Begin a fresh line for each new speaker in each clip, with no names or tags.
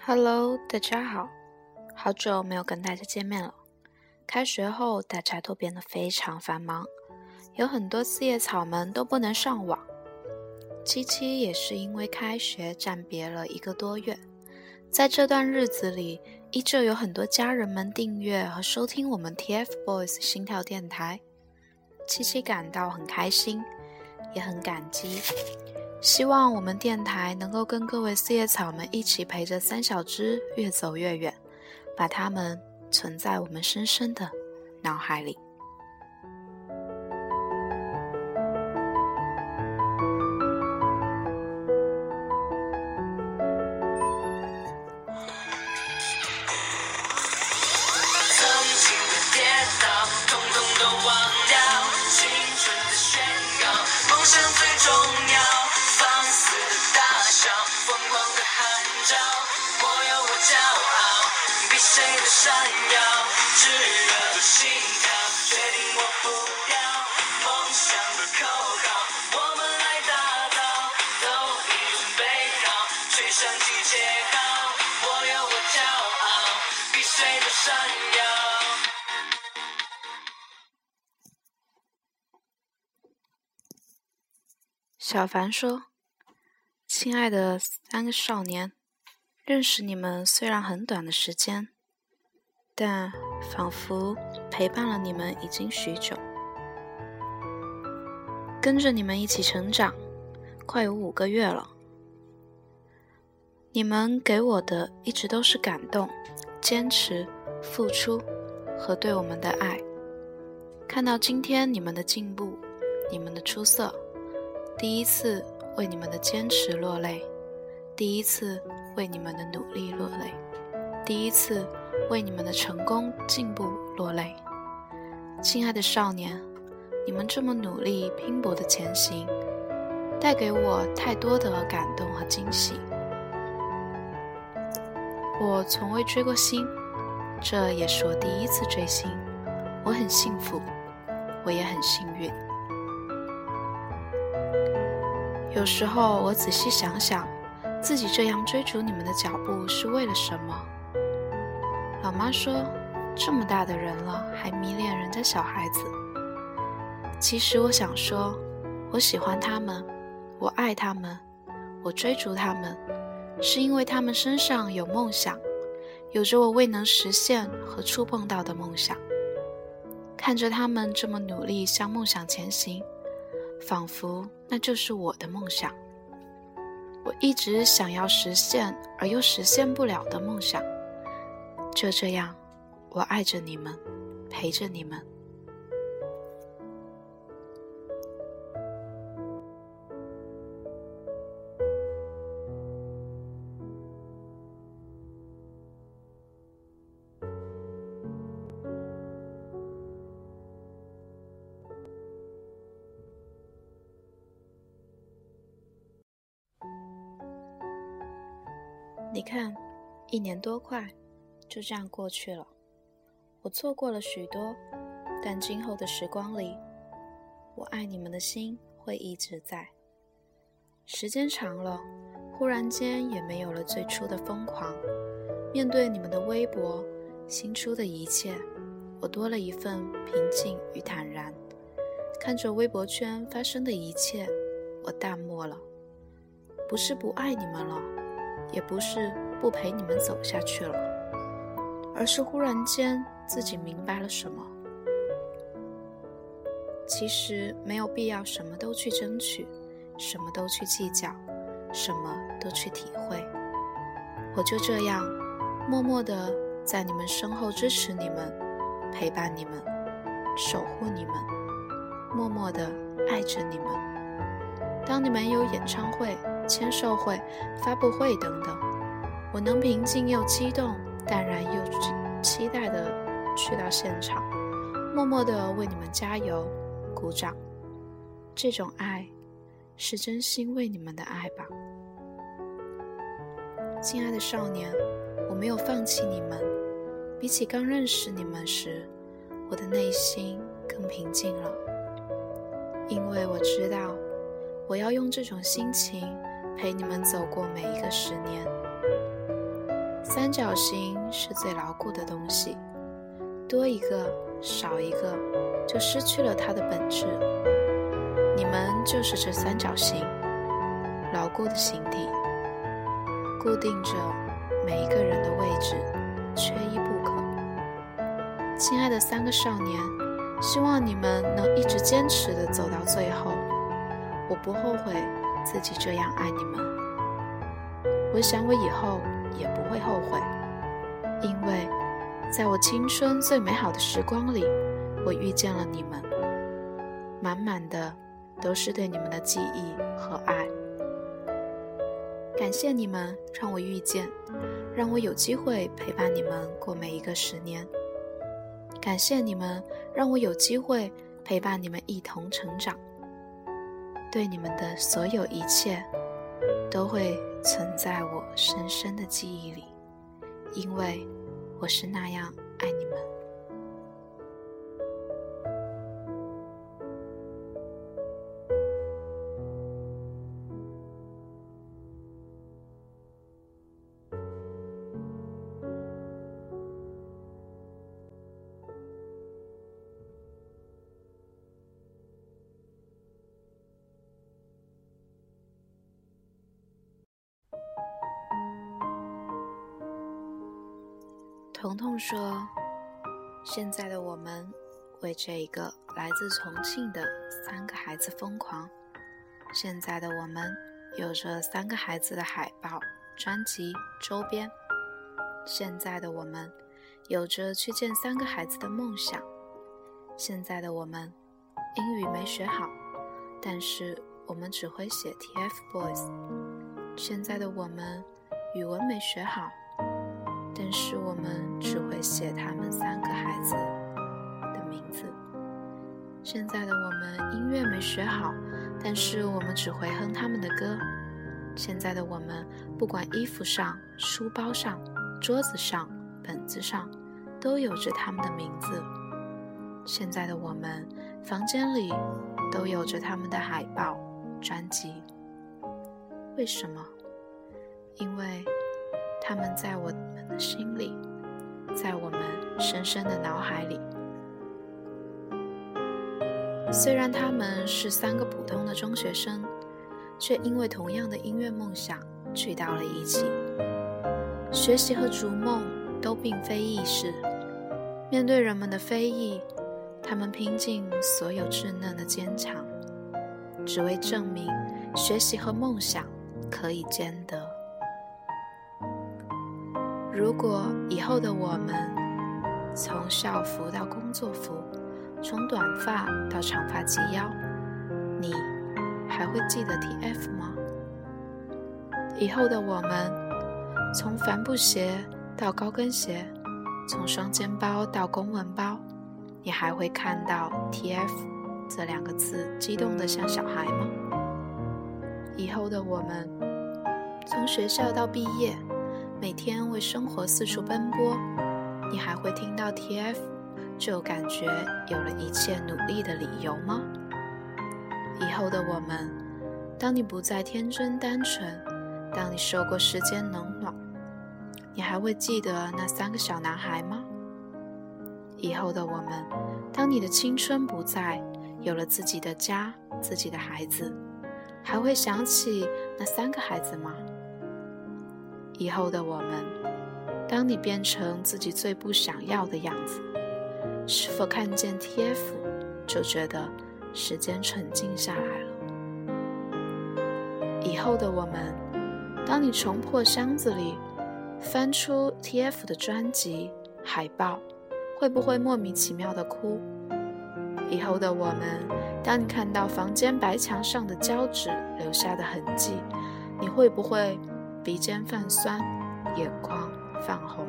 Hello， 大家好，好久没有跟大家见面了。开学后，大家都变得非常繁忙，有很多四叶草们都不能上网。七七也是因为开学暂别了1个多月，在这段日子里，依旧有很多家人们订阅和收听我们 TFBOYS 心跳电台。七七感到很开心，也很感激。希望我们电台能够跟各位四叶草们一起陪着3小只越走越远，把它们存在我们深深的脑海里。
谁的闪耀，炙热的心跳，决定我不要梦想的口号，我们来打造，都一直背靠，吹响集结号，我有我骄傲，比谁的闪耀。
小凡说：“亲爱的3个少年，认识你们虽然很短的时间，但仿佛陪伴了你们已经许久，跟着你们一起成长，快有5个月了。你们给我的一直都是感动、坚持、付出和对我们的爱。看到今天你们的进步，你们的出色，第一次为你们的坚持落泪，第一次为你们的努力落泪，第一次为你们的成功进步落泪。亲爱的少年，你们这么努力拼搏的前行，带给我太多的感动和惊喜。我从未追过星，这也是我第一次追星，我很幸福，我也很幸运。有时候我仔细想想，自己这样追逐你们的脚步是为了什么？老妈说，这么大的人了，还迷恋人家小孩子。其实我想说，我喜欢他们，我爱他们，我追逐他们，是因为他们身上有梦想，有着我未能实现和触碰到的梦想。看着他们这么努力向梦想前行，仿佛那就是我的梦想，我一直想要实现而又实现不了的梦想。就这样，我爱着你们，陪着你们。你看，1年多快就这样过去了。我错过了许多，但今后的时光里，我爱你们的心会一直在。时间长了，忽然间也没有了最初的疯狂。面对你们的微博，新出的一切，我多了一份平静与坦然。看着微博圈发生的一切，我淡漠了。不是不爱你们了，也不是不陪你们走下去了，而是忽然间自己明白了什么。其实没有必要什么都去争取，什么都去计较，什么都去体会。我就这样默默地在你们身后支持你们，陪伴你们，守护你们，默默地爱着你们。当你们有演唱会、签售会、发布会等等，我能平静又激动，淡然又期待地去到现场，默默地为你们加油鼓掌。这种爱是真心为你们的爱吧。亲爱的少年，我没有放弃你们，比起刚认识你们时，我的内心更平静了，因为我知道我要用这种心情陪你们走过每一个10年。 三角形是最牢固的东西，多一个少一个就失去了它的本质。你们就是这三角形，牢固的形体，固定着每一个人的位置，缺一不可。亲爱的3个少年，希望你们能一直坚持地走到最后。我不后悔自己这样爱你们，我想我以后也不会后悔，因为在我青春最美好的时光里，我遇见了你们，满满的都是对你们的记忆和爱。感谢你们让我遇见，让我有机会陪伴你们过每一个10年。感谢你们让我有机会陪伴你们一同成长。对你们的所有一切都会存在我深深的记忆里，因为我是那样爱你们。彤彤说，现在的我们为这一个来自重庆的3个孩子疯狂，现在的我们有着3个孩子的海报、专辑、周边，现在的我们有着去见3个孩子的梦想，现在的我们英语没学好，但是我们只会写 TFBOYS， 现在的我们语文没学好，但是我们只会写他们3个孩子的名字。现在的我们音乐没学好，但是我们只会哼他们的歌。现在的我们不管衣服上、书包上、桌子上、本子上都有着他们的名字。现在的我们房间里都有着他们的海报、专辑。为什么？因为他们在我们的心里，在我们深深的脑海里。虽然他们是3个普通的中学生，却因为同样的音乐梦想聚到了一起。学习和逐梦都并非易事，面对人们的非议，他们拼尽所有稚嫩的坚强，只为证明学习和梦想可以兼得。如果以后的我们从校服到工作服，从短发到长发及腰，你还会记得 TF 吗？以后的我们从帆布鞋到高跟鞋，从双肩包到公文包，你还会看到 TF 这2个字激动得像小孩吗？以后的我们从学校到毕业，每天为生活四处奔波，你还会听到 TF 就感觉有了一切努力的理由吗？以后的我们，当你不再天真单纯，当你受过世间冷暖，你还会记得那3个小男孩吗？以后的我们，当你的青春不再，有了自己的家、自己的孩子，还会想起那3个孩子吗？以后的我们，当你变成自己最不想要的样子，是否看见 TF 就觉得时间沉静下来了？以后的我们，当你重破箱子里翻出 TF 的专辑、海报，会不会莫名其妙的哭？以后的我们，当你看到房间白墙上的胶纸留下的痕迹，你会不会鼻尖泛酸，眼眶泛红？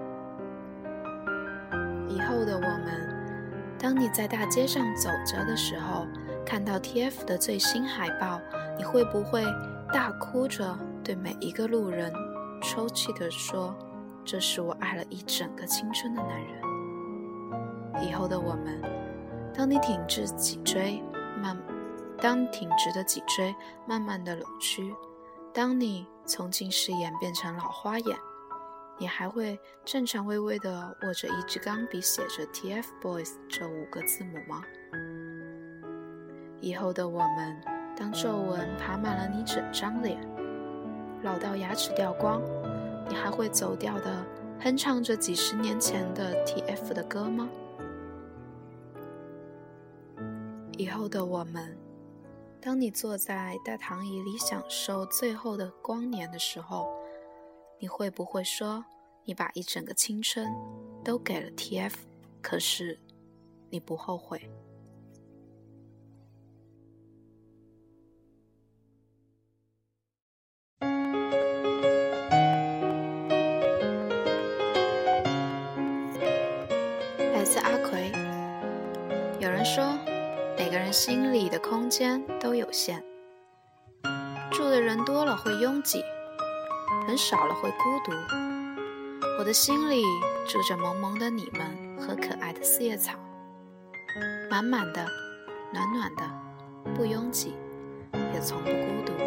以后的我们，当你在大街上走着的时候，看到 TF 的最新海报，你会不会大哭着对每一个路人抽泣地说，这是我爱了一整个青春的男人？以后的我们，当你挺直的脊椎慢慢的扭曲，当你从近视眼变成老花眼， 你还会正常微微地握着一支钢笔写着 TFBOYS 这5个字母吗？以后的我们，当皱纹爬满了你整张脸，老到牙齿掉光，你还会走调地哼唱着几10年前的 TF 的歌吗？以后的我们，当你坐在大躺椅里享受最后的光年的时候，你会不会说你把一整个青春都给了 TF， 可是你不后悔？来自阿奎。有人说每个人心里的空间都有限，住的人多了会拥挤，人少了会孤独。我的心里住着萌萌的你们和可爱的四叶草，满满的，暖暖的，不拥挤，也从不孤独。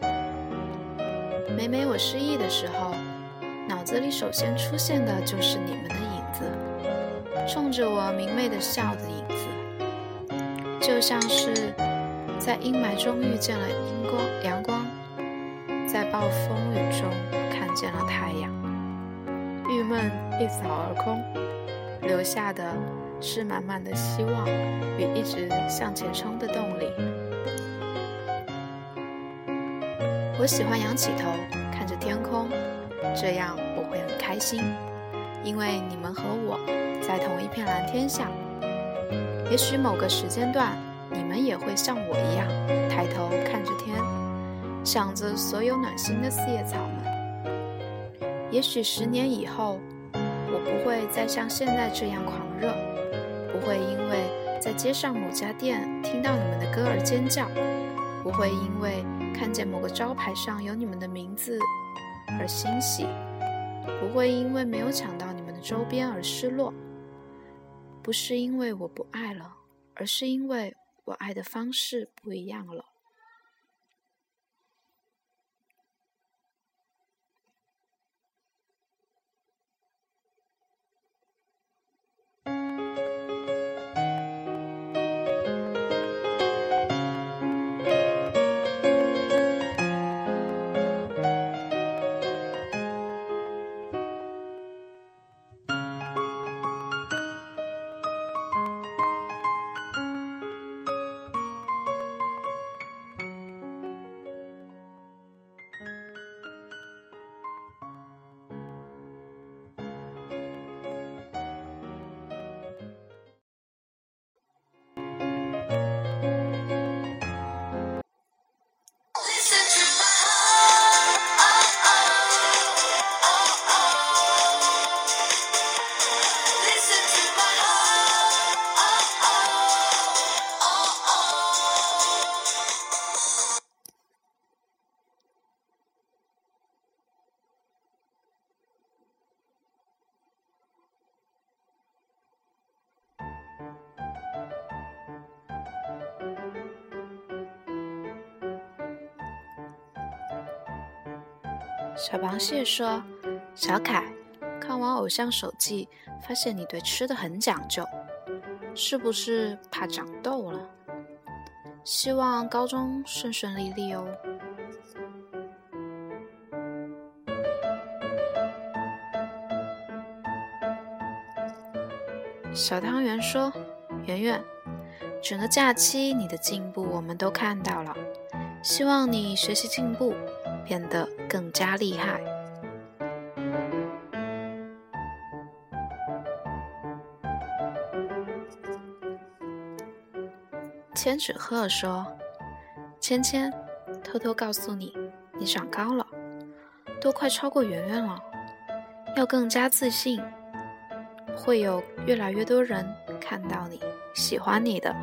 每每我失意的时候，脑子里首先出现的就是你们的影子，冲着我明媚的笑的影子，就像是在阴霾中遇见了阳光，在暴风雨中看见了太阳。郁闷一扫而空，留下的是满满的希望与一直向前冲的动力。我喜欢仰起头看着天空，这样我会很开心，因为你们和我在同一片蓝天下。也许某个时间段，你们也会像我一样抬头看着天，想着所有暖心的四叶草们。也许10年以后，我不会再像现在这样狂热，不会因为在街上某家店听到你们的歌而尖叫，不会因为看见某个招牌上有你们的名字而欣喜，不会因为没有抢到你们的周边而失落。不是因为我不爱了，而是因为我爱的方式不一样了。小螃蟹说：小凯，看完偶像手记，发现你对吃的很讲究，是不是怕长痘了？希望高中顺顺利利哦。小汤圆说：圆圆，整个假期你的进步我们都看到了，希望你学习进步，变得更加厉害。千纸鹤说：芊芊，偷偷告诉你，你长高了，都快超过圆圆了，要更加自信，会有越来越多人看到你，喜欢你的。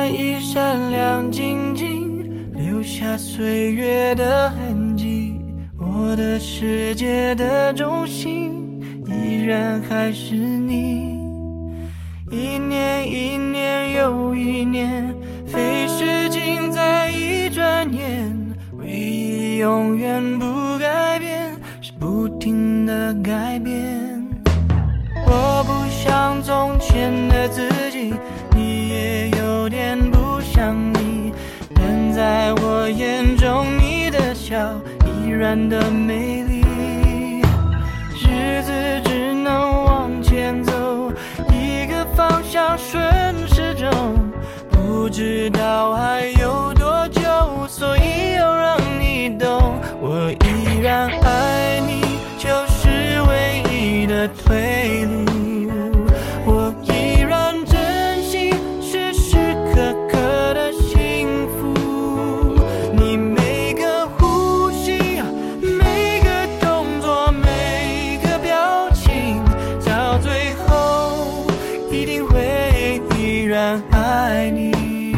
然已闪亮晶晶，留下岁月的痕迹。我的世界的中心依然还是你。一年一年又一年，飞逝尽在一转眼，唯一永远不改变，是不停的改变。我不像从前的自己，你也有点不像你，但在我眼中你的笑依然的美丽。日子只能往前走，一个方向顺时钟，不知道还有多久，所以要让你懂，我依然爱你，就是唯一的退路。我依然珍惜时时刻刻的幸福，你每个呼吸，每个动作，每个表情，到最后一定会依然爱你，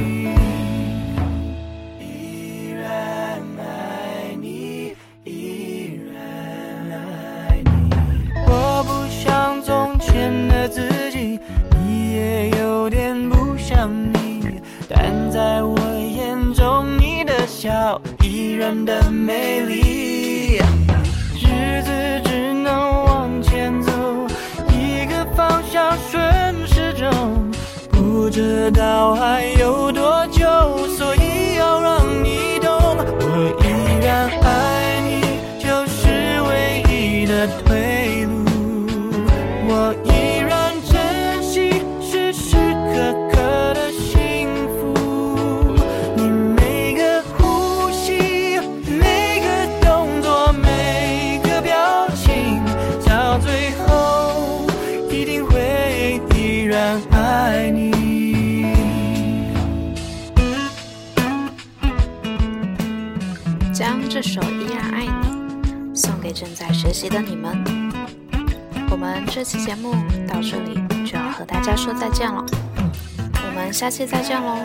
依然爱你，依然爱你。我不像从前的自己，你也有点不像你，但在我眼中你的笑依然的美丽。日子只能往前走，一个方向顺时钟，不知道还有多久，所以要让你懂，我依然爱你，就是唯一的退路。我依然珍惜时时刻刻的幸福，你每个呼吸，每个动作，每个表情，到最后一定会依然爱你。
将这首《依然爱你》送给正在学习的你们。我们这期节目到这里就要和大家说再见了，我们下期再见喽。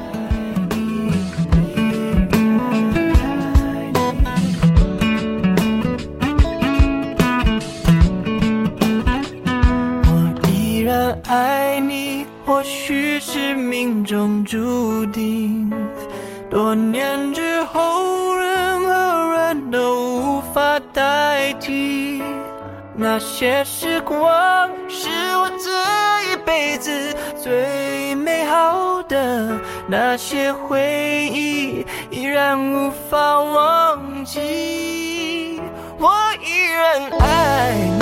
我依然爱你，或许是命中注定，多年之后任何人都无法代替。那些时光是我这一辈子最美好的，那些回忆依然无法忘记。我依然爱你，